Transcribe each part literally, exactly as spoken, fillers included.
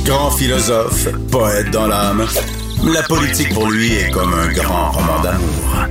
Grand philosophe, poète dans l'âme, la politique pour lui est comme un grand roman d'amour.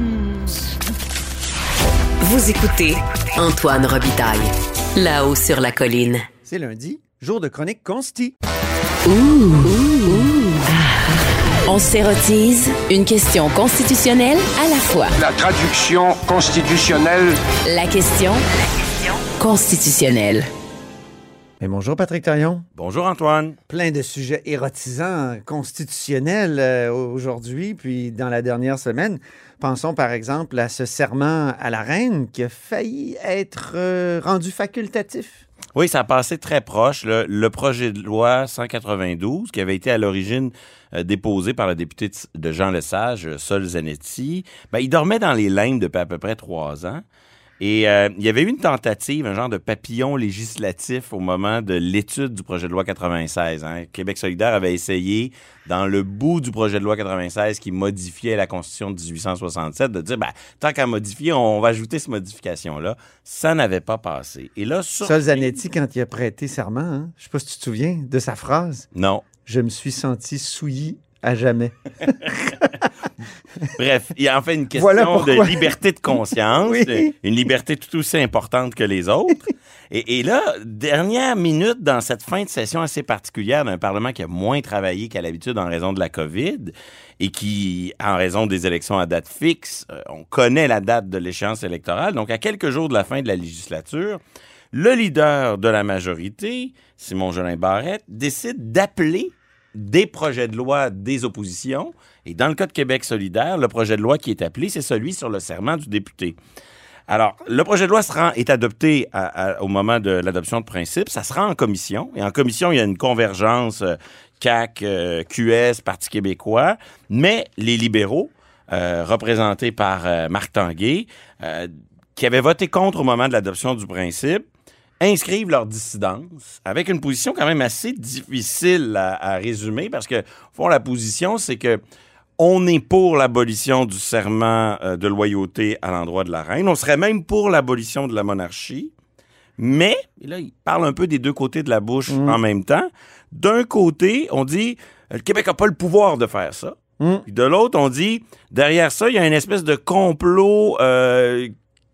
Vous écoutez Antoine Robitaille, là-haut sur la colline. C'est lundi, jour de chronique consti. Ouh, ouh, ouh. Ah. On s'érotise une question constitutionnelle à la fois. La traduction constitutionnelle. La question constitutionnelle. Et bonjour Patrick Taillon. Bonjour Antoine. Plein de sujets érotisants, constitutionnels euh, aujourd'hui, puis dans la dernière semaine. Pensons par exemple à ce serment à la reine qui a failli être euh, rendu facultatif. Oui, ça a passé très proche. Le, le projet de loi cent quatre-vingt-douze, qui avait été à l'origine euh, déposé par le député de Jean Lesage, Sol Zanetti, ben, il dormait dans les limbes depuis à peu près trois ans. Et euh, il y avait eu une tentative, un genre de papillon législatif au moment de l'étude du projet de loi quatre-vingt-seize. Hein. Québec solidaire avait essayé, dans le bout du projet de loi quatre-vingt-seize qui modifiait la Constitution de dix-huit cent soixante-sept, de dire, ben, tant qu'à modifier, on va ajouter cette modification-là. Ça n'avait pas passé. Et là, sur... Sol Zanetti, quand il a prêté serment, hein, je ne sais pas si tu te souviens de sa phrase. Non. Je me suis senti souilli à jamais. Bref, il y a en fait une question Voilà de liberté de conscience, Oui. une liberté tout aussi importante que les autres. Et, et là, dernière minute dans cette fin de session assez particulière d'un Parlement qui a moins travaillé qu'à l'habitude en raison de la COVID et qui, en raison des élections à date fixe, euh, on connaît la date de l'échéance électorale. Donc, à quelques jours de la fin de la législature, le leader de la majorité, Simon-Jolin Barrette, décide d'appeler des projets de loi des oppositions. Et dans le cas de Québec solidaire, le projet de loi qui est appelé, c'est celui sur le serment du député. Alors, le projet de loi se rend, est adopté à, à, au moment de l'adoption de principe. Ça se rend en commission. Et en commission, il y a une convergence euh, C A Q, euh, Q S, Parti québécois. Mais les libéraux, euh, représentés par euh, Marc Tanguay, euh, qui avaient voté contre au moment de l'adoption du principe, inscrivent leur dissidence avec une position quand même assez difficile à, à résumer parce que, au fond, la position, c'est que on est pour l'abolition du serment euh, de loyauté à l'endroit de la reine. On serait même pour l'abolition de la monarchie. Mais, et là, ils parlent un peu des deux côtés de la bouche mmh. en même temps. D'un côté, on dit le Québec n'a pas le pouvoir de faire ça. Mmh. Puis de l'autre, on dit derrière ça, il y a une espèce de complot euh,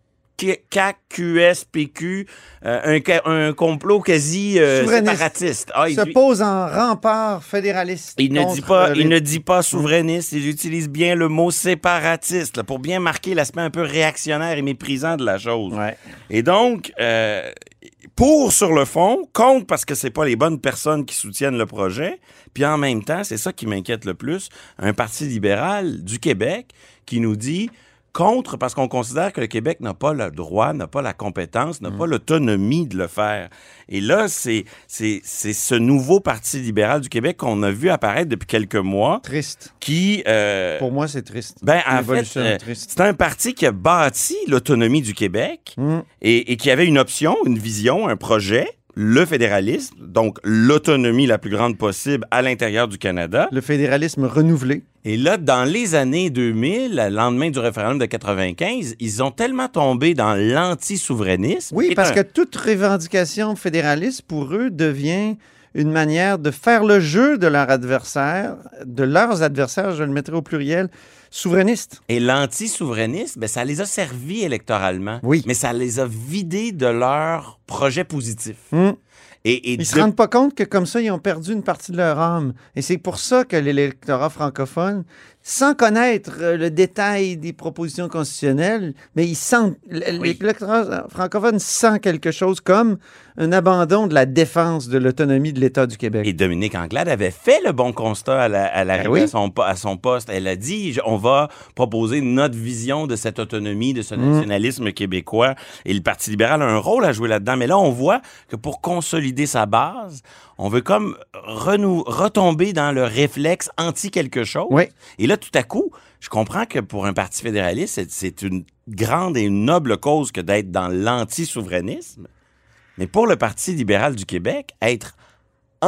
C A Q, Q S, P Q, euh, un, un complot quasi euh, séparatiste. Ah, il se dit, pose en rempart fédéraliste. Il ne dit pas, les... il ne dit pas souverainiste, il utilise bien le mot séparatiste là, pour bien marquer l'aspect un peu réactionnaire et méprisant de la chose. Ouais. Et donc, euh, pour sur le fond, contre parce que c'est pas les bonnes personnes qui soutiennent le projet, puis en même temps, c'est ça qui m'inquiète le plus, un parti libéral du Québec qui nous dit contre parce qu'on considère que le Québec n'a pas le droit, n'a pas la compétence, n'a mmh. pas l'autonomie de le faire. Et là, c'est, c'est, c'est ce nouveau Parti libéral du Québec qu'on a vu apparaître depuis quelques mois. Triste. Qui... Euh, Pour moi, c'est triste. Ben, en fait, euh, triste. C'est un parti qui a bâti l'autonomie du Québec mmh. et, et qui avait une option, une vision, un projet, le fédéralisme, donc l'autonomie la plus grande possible à l'intérieur du Canada. Le fédéralisme renouvelé. Et là, dans les années deux mille, le lendemain du référendum de quatre-vingt-quinze, ils ont tellement tombé dans l'anti-souverainisme. Oui, parce un... que toute revendication fédéraliste, pour eux, devient une manière de faire le jeu de leur adversaire, de leurs adversaires, je le mettrai au pluriel, souverainistes. Et l'anti-souverainisme, ben, ça les a servis électoralement. Oui. Mais ça les a vidés de leur projet positif. Hum. Et, et ils ne de... se rendent pas compte que comme ça, ils ont perdu une partie de leur âme. Et c'est pour ça que l'électorat francophone, sans connaître le détail des propositions constitutionnelles, mais ils sentent, oui. l'électorat francophone sent quelque chose comme un abandon de la défense de l'autonomie de l'État du Québec. Et Dominique Anglade avait fait le bon constat à, la, à l'arrivée ben oui. à, son, à son poste. Elle a dit, on va proposer notre vision de cette autonomie, de ce nationalisme mmh. québécois. Et le Parti libéral a un rôle à jouer là-dedans. Mais là, on voit que pour consolider sa base, on veut comme renou- retomber dans le réflexe anti-quelque chose. Oui. Et là, tout à coup, je comprends que pour un parti fédéraliste, c'est, c'est une grande et une noble cause que d'être dans l'anti-souverainisme. Mais pour le Parti libéral du Québec, être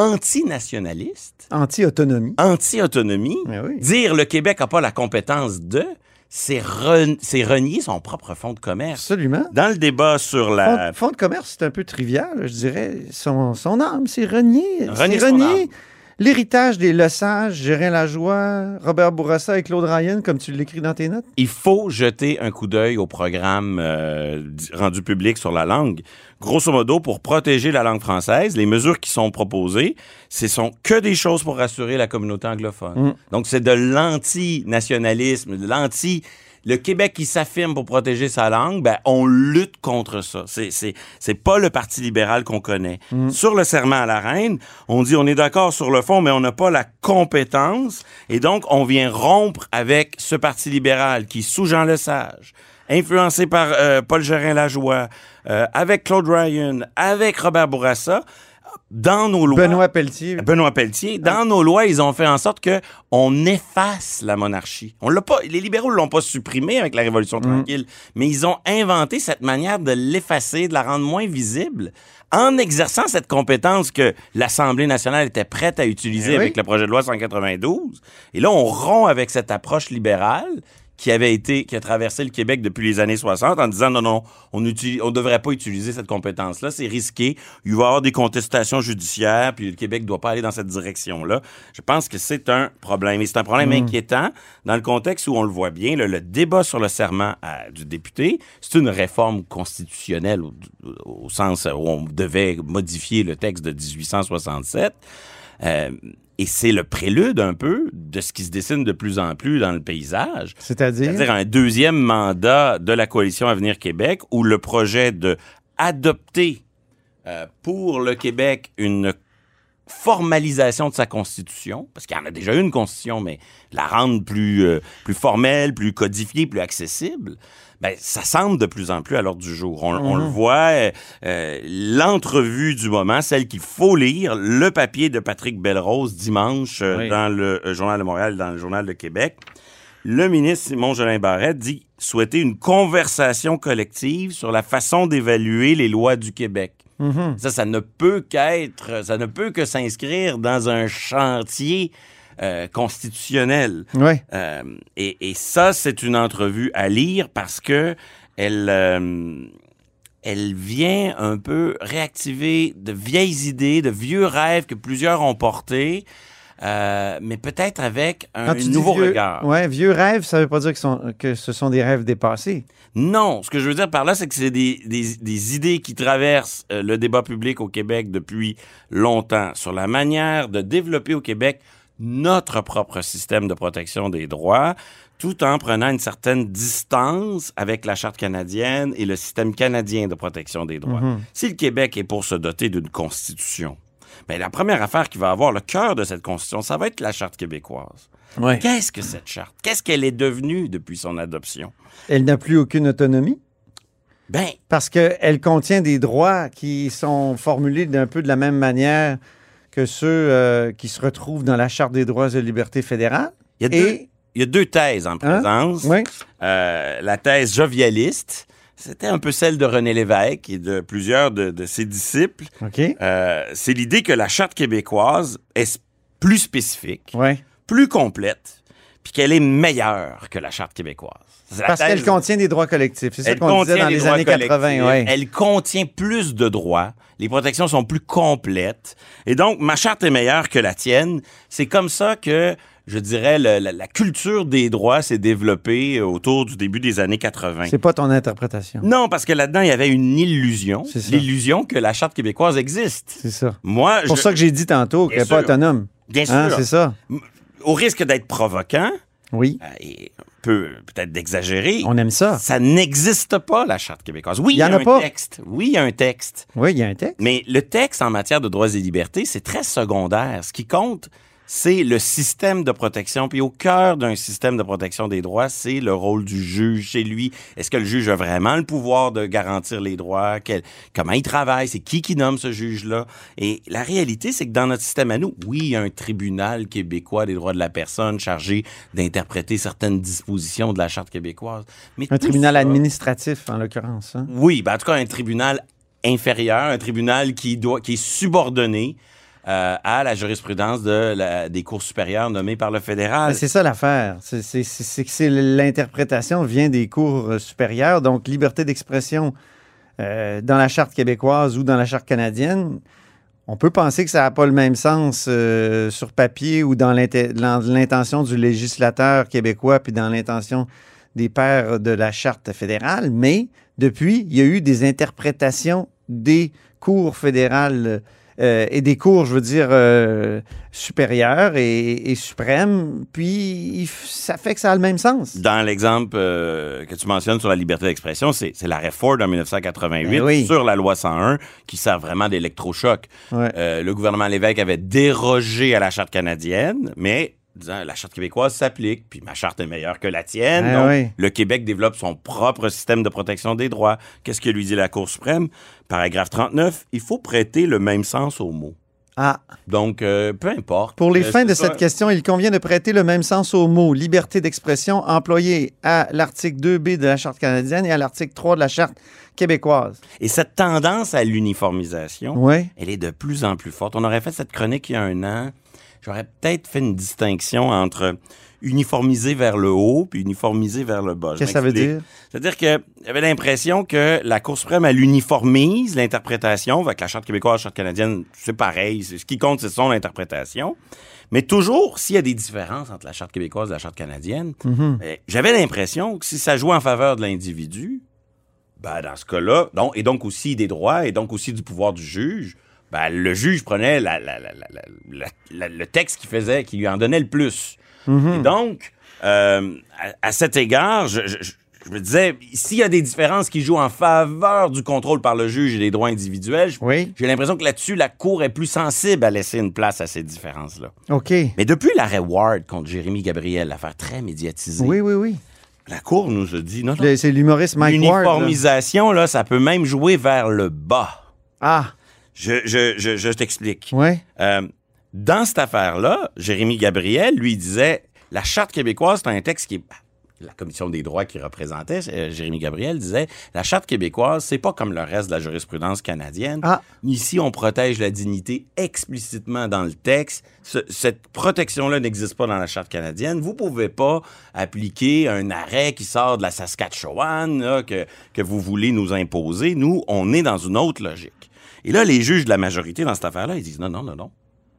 anti-nationaliste... Anti-autonomie. Anti-autonomie. Oui. Dire le Québec n'a pas la compétence de... c'est, re, c'est renier son propre fonds de commerce. Absolument. Dans le débat sur la... Fonds, fonds de commerce, c'est un peu trivial, je dirais. Son, son âme, c'est renier. Renier c'est son renier âme. l'héritage des Lesage, Gérin Lajoie, Robert Bourassa et Claude Ryan, comme tu l'écris dans tes notes. Il faut jeter un coup d'œil au programme euh, rendu public sur la langue. Grosso modo, pour protéger la langue française, les mesures qui sont proposées, ce sont que des choses pour rassurer la communauté anglophone. Mm. Donc, c'est de l'anti-nationalisme, de l'anti... Le Québec qui s'affirme pour protéger sa langue, ben, on lutte contre ça. C'est, c'est, c'est pas le Parti libéral qu'on connaît. Mm. Sur le serment à la reine, on dit on est d'accord sur le fond, mais on n'a pas la compétence. Et donc, on vient rompre avec ce Parti libéral qui, sous Jean Lesage, influencé par euh, Paul Gérin-Lajoie, euh, avec Claude Ryan, avec Robert Bourassa, dans nos lois... Benoît Pelletier. Benoît Pelletier. Dans nos lois, ils ont fait en sorte que on efface la monarchie. On l'a pas, les libéraux l'ont pas supprimée avec la Révolution mmh. tranquille, mais ils ont inventé cette manière de l'effacer, de la rendre moins visible, en exerçant cette compétence que l'Assemblée nationale était prête à utiliser eh avec oui. le projet de loi cent quatre-vingt-douze. Et là, on rompt avec cette approche libérale qui avait été, qui a traversé le Québec depuis les années soixante en disant non, non, on utilise, on devrait pas utiliser cette compétence-là, c'est risqué, il va y avoir des contestations judiciaires, puis le Québec doit pas aller dans cette direction-là. Je pense que c'est un problème, et c'est un problème mmh. inquiétant dans le contexte où on le voit bien, là, le débat sur le serment à, du député, c'est une réforme constitutionnelle au, au sens où on devait modifier le texte de dix-huit cent soixante-sept. Euh, Et c'est le prélude un peu de ce qui se dessine de plus en plus dans le paysage. C'est-à-dire? C'est-à-dire un deuxième mandat de la Coalition Avenir Québec où le projet de adopter euh, pour le Québec une formalisation de sa constitution, parce qu'il y en a déjà une constitution, mais la rendre plus, euh, plus formelle, plus codifiée, plus accessible, ben, ça semble de plus en plus à l'ordre du jour. On, mmh. on le voit, euh, l'entrevue du moment, celle qu'il faut lire, le papier de Patrick Belrose dimanche euh, oui. dans le euh, Journal de Montréal, dans le Journal de Québec. Le ministre Simon-Jolin Barrette dit souhaiter une conversation collective sur la façon d'évaluer les lois du Québec. Mmh. Ça, ça ne peut qu'être, ça ne peut que s'inscrire dans un chantier Euh, constitutionnelle. Oui. Euh, et, et ça, c'est une entrevue à lire parce que elle, euh, elle vient un peu réactiver de vieilles idées, de vieux rêves que plusieurs ont portés, euh, mais peut-être avec un nouveau vieux, regard. Oui, vieux rêves, ça ne veut pas dire que, sont, que ce sont des rêves dépassés. Non, ce que je veux dire par là, c'est que c'est des, des, des idées qui traversent euh, le débat public au Québec depuis longtemps sur la manière de développer au Québec notre propre système de protection des droits, tout en prenant une certaine distance avec la Charte canadienne et le système canadien de protection des droits. Mm-hmm. Si le Québec est pour se doter d'une constitution, bien, la première affaire qui va avoir le cœur de cette constitution, ça va être la Charte québécoise. Ouais. Qu'est-ce que cette charte? Qu'est-ce qu'elle est devenue depuis son adoption? Elle n'a plus aucune autonomie? Ben, parce qu'elle contient des droits qui sont formulés d'un peu de la même manière que ceux euh, qui se retrouvent dans la Charte des droits et libertés fédérales. Il y a, deux, il y a deux thèses en présence. Hein? Oui. Euh, la thèse jovialiste, c'était un peu celle de René Lévesque et de plusieurs de, de ses disciples. Okay. Euh, c'est l'idée que la Charte québécoise est plus spécifique, ouais. plus complète, puis qu'elle est meilleure que la Charte québécoise. Parce thèse, qu'elle contient des droits collectifs. C'est ça qu'on disait dans les années quatre-vingt. Ouais. Elle contient plus de droits. Les protections sont plus complètes. Et donc, ma charte est meilleure que la tienne. C'est comme ça que, je dirais, le, la, la culture des droits s'est développée autour du début des années quatre-vingt. C'est pas ton interprétation. Non, parce que là-dedans, il y avait une illusion. L'illusion que la charte québécoise existe. C'est ça. Moi, c'est pour je... ça que j'ai dit tantôt qu'elle n'est pas autonome. Bien sûr. Hein, c'est ça. Au risque d'être provoquant, oui. Euh, et peu peut-être d'exagérer. On aime ça. Ça n'existe pas, la Charte québécoise. Oui, il y, y a un pas. texte. Oui, il y a un texte. Oui, il y a un texte. Mais le texte en matière de droits et libertés, c'est très secondaire. Ce qui compte, c'est le système de protection. Puis au cœur d'un système de protection des droits, c'est le rôle du juge chez lui. Est-ce que le juge a vraiment le pouvoir de garantir les droits? Quel, comment il travaille? C'est qui qui nomme ce juge-là? Et la réalité, c'est que dans notre système à nous, oui, il y a un tribunal québécois des droits de la personne chargé d'interpréter certaines dispositions de la Charte québécoise. Mais un tribunal ça, administratif, en l'occurrence. Hein? Oui, ben en tout cas, un tribunal inférieur, un tribunal qui, doit, qui est subordonné euh, à la jurisprudence de la, des cours supérieures nommées par le fédéral. Mais c'est ça l'affaire. C'est, c'est, c'est, c'est que c'est l'interprétation vient des cours supérieurs, donc liberté d'expression euh, dans la Charte québécoise ou dans la Charte canadienne. On peut penser que ça n'a pas le même sens euh, sur papier ou dans, dans l'intention du législateur québécois puis dans l'intention des pairs de la Charte fédérale, mais depuis, il y a eu des interprétations des cours fédérales euh, et des cours, je veux dire, euh, supérieurs et, et suprêmes, puis ça fait que ça a le même sens. Dans l'exemple euh, que tu mentionnes sur la liberté d'expression, c'est, c'est l'arrêt Ford en dix-neuf cent quatre-vingt-huit ben oui. sur la loi cent un qui sert vraiment d'électrochoc. Ouais. Euh, le gouvernement Lévesque avait dérogé à la Charte canadienne, mais disant la Charte québécoise s'applique, puis ma charte est meilleure que la tienne. Ah, donc, oui. le Québec développe son propre système de protection des droits. Qu'est-ce que lui dit la Cour suprême? Paragraphe trente-neuf, il faut prêter le même sens aux mots. Ah. Donc, euh, peu importe. Pour les euh, fins de ça. cette question, il convient de prêter le même sens aux mots liberté d'expression employé à l'article deux B de la Charte canadienne et à l'article trois de la Charte québécoise. Et cette tendance à l'uniformisation, Oui. elle est de plus en plus forte. On aurait fait cette chronique il y a un an. J'aurais peut-être fait une distinction entre uniformiser vers le haut puis uniformiser vers le bas. Je Qu'est-ce que ça veut m'explique. dire? C'est-à-dire que j'avais l'impression que la Cour suprême, elle uniformise l'interprétation, avec la Charte québécoise, la Charte canadienne, c'est pareil. C'est, ce qui compte, c'est son interprétation. Mais toujours, s'il y a des différences entre la Charte québécoise et la Charte canadienne, Mm-hmm. ben, j'avais l'impression que si ça jouait en faveur de l'individu, ben, dans ce cas-là, donc, et donc aussi des droits, et donc aussi du pouvoir du juge, ben, le juge prenait la, la, la, la, la, la, le texte qui faisait, qui lui en donnait le plus. Mm-hmm. Et donc, euh, à, à cet égard, je, je, je me disais, s'il y a des différences qui jouent en faveur du contrôle par le juge et des droits individuels, Oui. j'ai l'impression que là-dessus, la Cour est plus sensible à laisser une place à ces différences-là. OK. Mais depuis l'arrêt Ward contre Jérémy Gabriel, l'affaire très médiatisée, Oui, oui, oui. la Cour nous a dit, non, non, Le- c'est l'humoriste Mike Ward. là. l'uniformisation, là, ça peut même jouer vers le bas. Ah, Je, je, je, je t'explique. oui. Euh, dans cette affaire-là, Jérémy Gabriel, lui, disait, la Charte québécoise, c'est un texte qui est... La Commission des droits qui représentait, euh, Jérémy Gabriel, disait, la Charte québécoise, c'est pas comme le reste de la jurisprudence canadienne. Ah. Ici, on protège la dignité explicitement dans le texte. Ce- cette protection-là n'existe pas dans la Charte canadienne. Vous pouvez pas appliquer un arrêt qui sort de la Saskatchewan, là, que, que vous voulez nous imposer. Nous, on est dans une autre logique. Et là, les juges de la majorité dans cette affaire-là, ils disent non, non, non, non.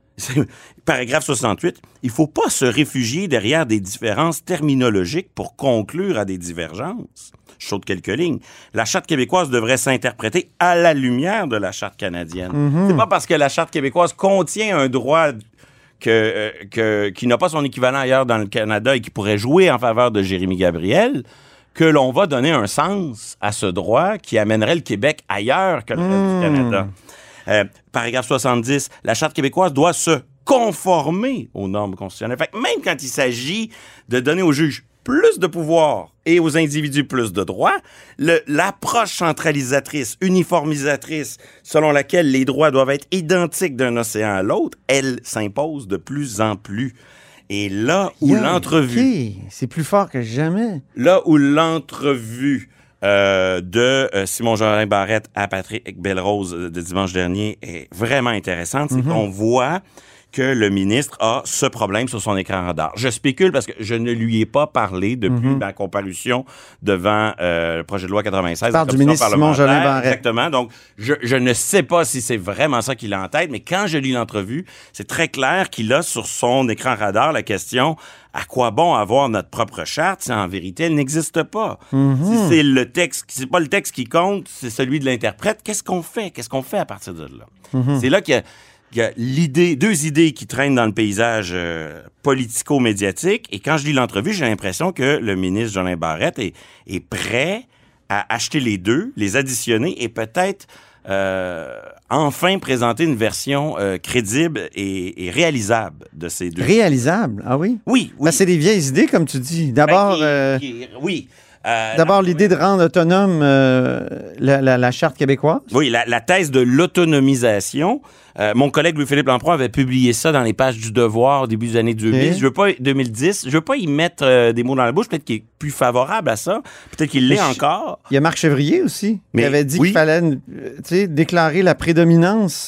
Paragraphe soixante-huit, il ne faut pas se réfugier derrière des différences terminologiques pour conclure à des divergences. Je saute quelques lignes. La Charte québécoise devrait s'interpréter à la lumière de la Charte canadienne. Mm-hmm. C'est pas parce que la Charte québécoise contient un droit que, euh, que, qui n'a pas son équivalent ailleurs dans le Canada et qui pourrait jouer en faveur de Jérémy Gabriel que l'on va donner un sens à ce droit qui amènerait le Québec ailleurs que le reste Mmh. du Canada. Euh, paragraphe soixante-dix, la Charte québécoise doit se conformer aux normes constitutionnelles. Fait que même quand il s'agit de donner aux juges plus de pouvoir et aux individus plus de droits, le, l'approche centralisatrice, uniformisatrice, selon laquelle les droits doivent être identiques d'un océan à l'autre, elle s'impose de plus en plus. Et là où Yeah, l'entrevue... OK. C'est plus fort que jamais. Là où l'entrevue euh, de euh, Simon-Jolin Barrette à Patrick Belrose euh, de dimanche dernier est vraiment intéressante, c'est Mm-hmm. qu'on voit que le ministre a ce problème sur son écran radar. Je spécule parce que je ne lui ai pas parlé depuis Mm-hmm. ma comparution devant euh, le projet de loi quatre-vingt-seize. Tu parles la du commission ministre Simon-Jolin parlementaire. Barrette. Exactement. Donc, je, je ne sais pas si c'est vraiment ça qu'il a en tête, mais quand je lis l'entrevue, c'est très clair qu'il a sur son écran radar la question « À quoi bon avoir notre propre charte si en vérité elle n'existe pas? Mm-hmm. Si c'est le texte, c'est pas le texte qui compte, c'est celui de l'interprète, qu'est-ce qu'on fait? Qu'est-ce qu'on fait à partir de là? Mm-hmm. C'est là qu'il y a Il y a l'idée, deux idées qui traînent dans le paysage euh, politico-médiatique. Et quand je lis l'entrevue, j'ai l'impression que le ministre Jolin Barrette est, est prêt à acheter les deux, les additionner et peut-être euh, enfin présenter une version euh, crédible et, et réalisable de ces deux. Réalisable, ah oui? Oui, oui. Ben, c'est des vieilles idées, comme tu dis. D'abord, Ben, qui- euh, qui- oui. Euh, d'abord la- l'idée de rendre autonome euh, la, la- la Charte québécoise. Oui, la, la thèse de l'autonomisation. Euh, mon collègue Louis-Philippe Lamproie avait publié ça dans les pages du Devoir au début des années deux mille. Ok. Je veux pas deux mille dix. Je veux pas y mettre euh, des mots dans la bouche. Peut-être qu'il est plus favorable à ça. Peut-être qu'il l'est Mais je- encore. Il y a Marc Chevrier aussi, Mais qui avait dit oui. qu'il fallait euh, tu sais, déclarer la prédominance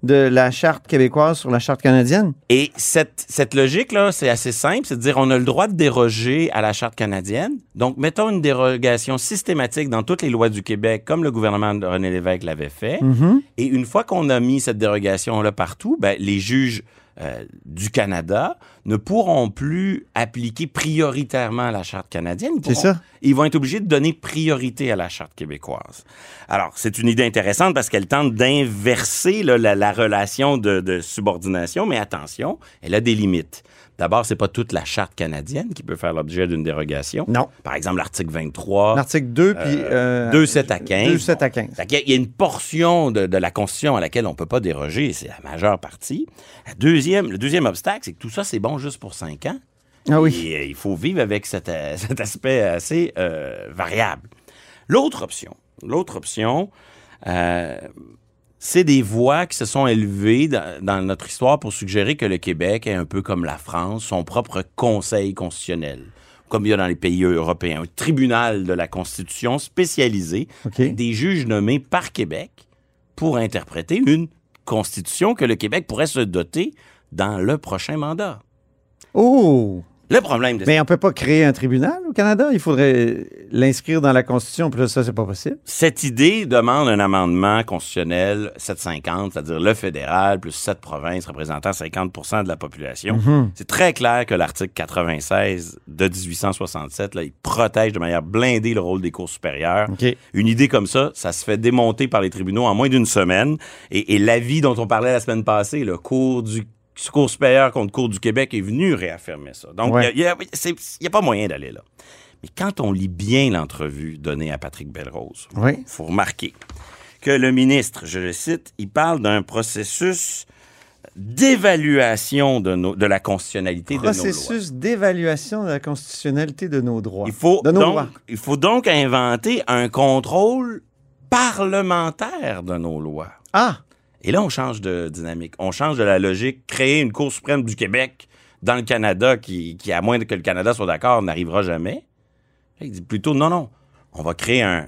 de la Charte québécoise sur la Charte canadienne? Et cette, cette logique-là, c'est assez simple, c'est de dire on a le droit de déroger à la Charte canadienne. Donc, mettons une dérogation systématique dans toutes les lois du Québec, comme le gouvernement de René Lévesque l'avait fait. Mm-hmm. Et une fois qu'on a mis cette dérogation-là partout, ben, les juges euh, du Canada ne pourront plus appliquer prioritairement la Charte canadienne. Ils C'est pourront- ça. Ils vont être obligés de donner priorité à la Charte québécoise. Alors, c'est une idée intéressante parce qu'elle tente d'inverser là, la, la relation de, de subordination, mais attention, elle a des limites. D'abord, c'est pas toute la Charte canadienne qui peut faire l'objet d'une dérogation. Non. Par exemple, l'article vingt-trois, L'article deux, puis... Euh, deux sept à quinze. deux sept à quinze. Fait qu'il y a- il y a une portion de, de la Constitution à laquelle on ne peut pas déroger, c'est la majeure partie. La deuxième, le deuxième obstacle, c'est que tout ça, c'est bon juste pour cinq ans. Ah oui. Et euh, il faut vivre avec cet, euh, cet aspect assez euh, variable. L'autre option, l'autre option, euh, c'est des voix qui se sont élevées dans, dans notre histoire pour suggérer que le Québec est un peu comme la France, son propre conseil constitutionnel, comme il y a dans les pays européens, un tribunal de la Constitution spécialisé, OK. avec des juges nommés par Québec pour interpréter une Constitution que le Québec pourrait se doter dans le prochain mandat. Oh! Le problème de Mais on peut pas créer un tribunal au Canada. Il faudrait l'inscrire dans la Constitution. Puis là, ça, c'est pas possible. cette idée demande un amendement constitutionnel sept cent cinquante, c'est-à-dire le fédéral plus sept provinces représentant cinquante pour cent de la population. Mm-hmm. C'est très clair que l'article quatre-vingt-seize de dix-huit cent soixante-sept, là, il protège de manière blindée le rôle des cours supérieures. OK. Une idée comme ça, ça se fait démonter par les tribunaux en moins d'une semaine. Et, et l'avis dont on parlait la semaine passée, le cours du Cour supérieure contre Cour du Québec est venu réaffirmer ça. Donc, il Ouais. n'y a, a, a pas moyen d'aller là. Mais quand on lit bien l'entrevue donnée à Patrick Belrose, il Oui. faut remarquer que le ministre, je le cite, il parle d'un processus d'évaluation de, nos, de la constitutionnalité de nos lois. Processus d'évaluation de la constitutionnalité de nos droits. Il faut, de nos donc, lois. il faut donc inventer un contrôle parlementaire de nos lois. Ah! Et là, on change de dynamique. On change de la logique. Créer une Cour suprême du Québec dans le Canada, qui, qui à moins que le Canada soit d'accord, n'arrivera jamais. Il dit plutôt, non, non, on va créer un...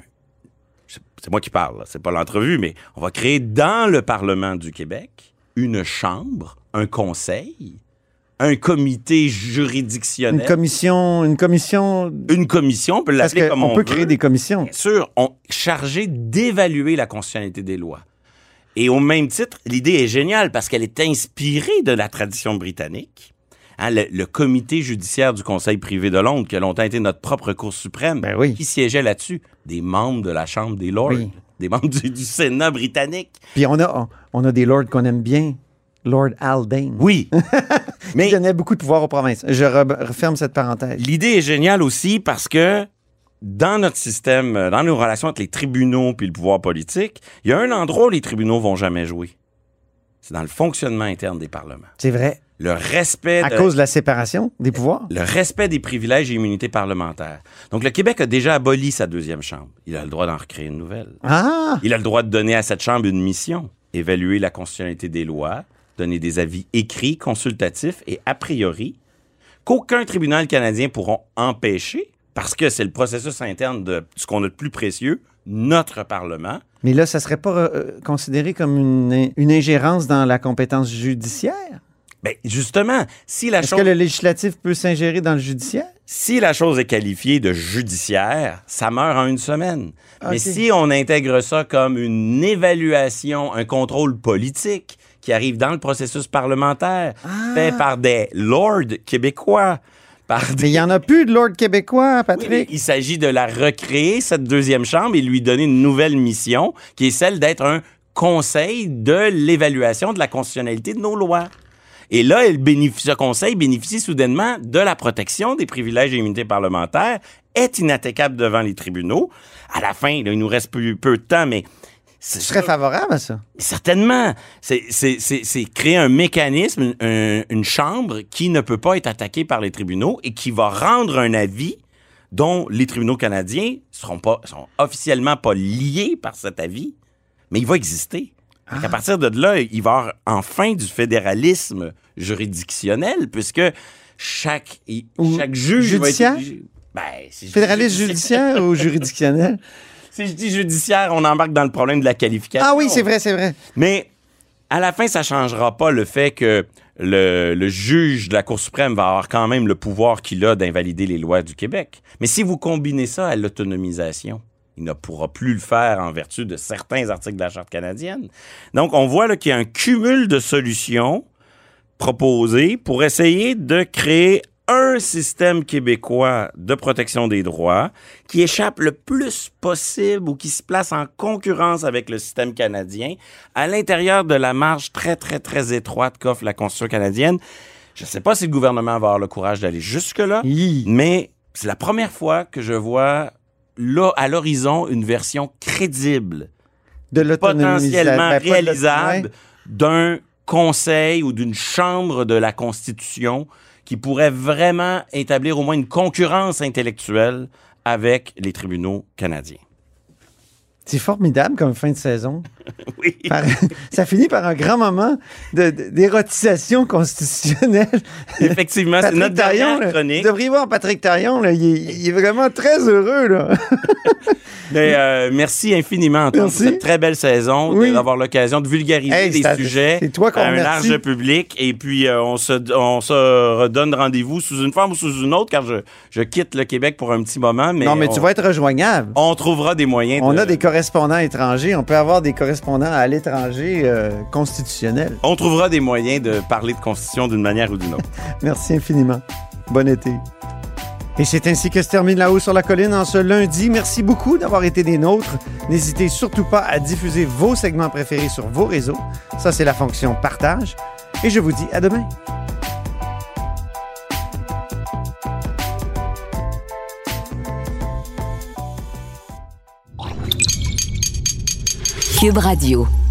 C'est moi qui parle, là, c'est pas l'entrevue, mais on va créer dans le Parlement du Québec une chambre, un conseil, un comité juridictionnel. Une commission... Une commission... Une commission, on peut Parce l'appeler comme on qu'on peut veut. créer des commissions. Bien sûr, on, chargé d'évaluer la constitutionnalité des lois. Et au même titre, l'idée est géniale parce qu'elle est inspirée de la tradition britannique. Hein, le, le comité judiciaire du Conseil privé de Londres, qui a longtemps été notre propre Cour suprême, Ben oui. qui siégeait là-dessus, des membres de la Chambre des Lords, Oui. des membres du, du Sénat britannique. Puis on a, on, on a des lords qu'on aime bien. Lord Haldane. Oui. Mais Qui donnait beaucoup de pouvoir aux provinces. Je re- referme cette parenthèse. l'idée est géniale aussi parce que dans notre système, dans nos relations entre les tribunaux puis le pouvoir politique, il y a un endroit où les tribunaux vont jamais jouer. C'est dans le fonctionnement interne des parlements. C'est vrai. Le respect À de- cause de la séparation des pouvoirs. le respect des privilèges et immunités parlementaires. Donc, le Québec a déjà aboli sa deuxième chambre. Il a le droit d'en recréer une nouvelle. Ah! Il a le droit de donner à cette chambre une mission, évaluer la constitutionnalité des lois, donner des avis écrits, consultatifs et a priori, qu'aucun tribunal canadien pourra empêcher, parce que c'est le processus interne de ce qu'on a de plus précieux, notre Parlement. Mais là, ça serait pas euh, considéré comme une, une ingérence dans la compétence judiciaire? Bien, justement, si la Est-ce chose... que le législatif peut s'ingérer dans le judiciaire? Si la chose est qualifiée de judiciaire, ça meurt en une semaine. Mais Ok. si on intègre ça comme une évaluation, un contrôle politique qui arrive dans le processus parlementaire, fait par des lords québécois, par Mais des... il n'y en a plus de lord québécois, Oui, mais Patrick. il s'agit de la recréer, cette deuxième chambre, et lui donner une nouvelle mission, qui est celle d'être un conseil de l'évaluation de la constitutionnalité de nos lois. Et là, elle bénéficie, ce conseil bénéficie soudainement de la protection des privilèges et immunités parlementaires, est inattaquable devant les tribunaux. À la fin, là, il nous reste plus, peu de temps, mais... Je serais favorable à ça. Certainement. C'est, c'est, c'est, c'est créer un mécanisme, un- une chambre qui ne peut pas être attaquée par les tribunaux et qui va rendre un avis dont les tribunaux canadiens seront pas, sont officiellement pas liés par cet avis, mais il va exister. Ah. À partir de là, il va y avoir enfin du fédéralisme juridictionnel, puisque chaque, il- Ou chaque juge judiciaire? va être obligé- Ben, si je dis Fédéraliste judiciaire ou juridictionnel? Si je dis judiciaire, on embarque dans le problème de la qualification. Ah oui, c'est vrai, c'est vrai. Mais À la fin, ça changera pas le fait que le, le juge de la Cour suprême va avoir quand même le pouvoir qu'il a d'invalider les lois du Québec. Mais si vous combinez ça à l'autonomisation, il ne pourra plus le faire en vertu de certains articles de la Charte canadienne. Donc, on voit là, qu'il y a un cumul de solutions proposées pour essayer de créer un système québécois de protection des droits qui échappe le plus possible ou qui se place en concurrence avec le système canadien à l'intérieur de la marge très, très, très étroite qu'offre la Constitution canadienne. Je ne sais pas si le gouvernement va avoir le courage d'aller jusque-là, Hi. mais c'est la première fois que je vois là, à l'horizon une version crédible, De l'autonomisation. potentiellement Ben, pas de réalisable l'auto- d'un conseil ou d'une chambre de la Constitution qui pourrait vraiment établir au moins une concurrence intellectuelle avec les tribunaux canadiens. C'est formidable comme fin de saison. Oui. Par- ça finit par un grand moment de- de- d'érotisation constitutionnelle. Effectivement, c'est Patrick notre Taillon, dernière là, chronique. vous devriez voir Patrick Taillon, là, il, est, il est vraiment très heureux. Là. Mais, euh, merci infiniment, Antoine, Merci. pour cette très belle saison, Oui. d'avoir l'occasion de vulgariser Hey, des c'est- sujets c'est toi qu'on à un remercie. large public. Et puis, euh, on, se, on se redonne rendez-vous sous une forme ou sous une autre, car je, je quitte le Québec pour un petit moment. Mais non, mais on, tu vas être rejoignable. on trouvera des moyens On de... a des correspondants étrangers. On peut avoir des correspondants à l'étranger euh, constitutionnels. On trouvera des moyens de parler de Constitution d'une manière ou d'une autre. Merci infiniment. Bon été. Et c'est ainsi que se termine La Haut sur la Colline en ce lundi. Merci beaucoup d'avoir été des nôtres. N'hésitez surtout pas à diffuser vos segments préférés sur vos réseaux. Ça, c'est la fonction partage. Et je vous dis à demain. Cube Radio.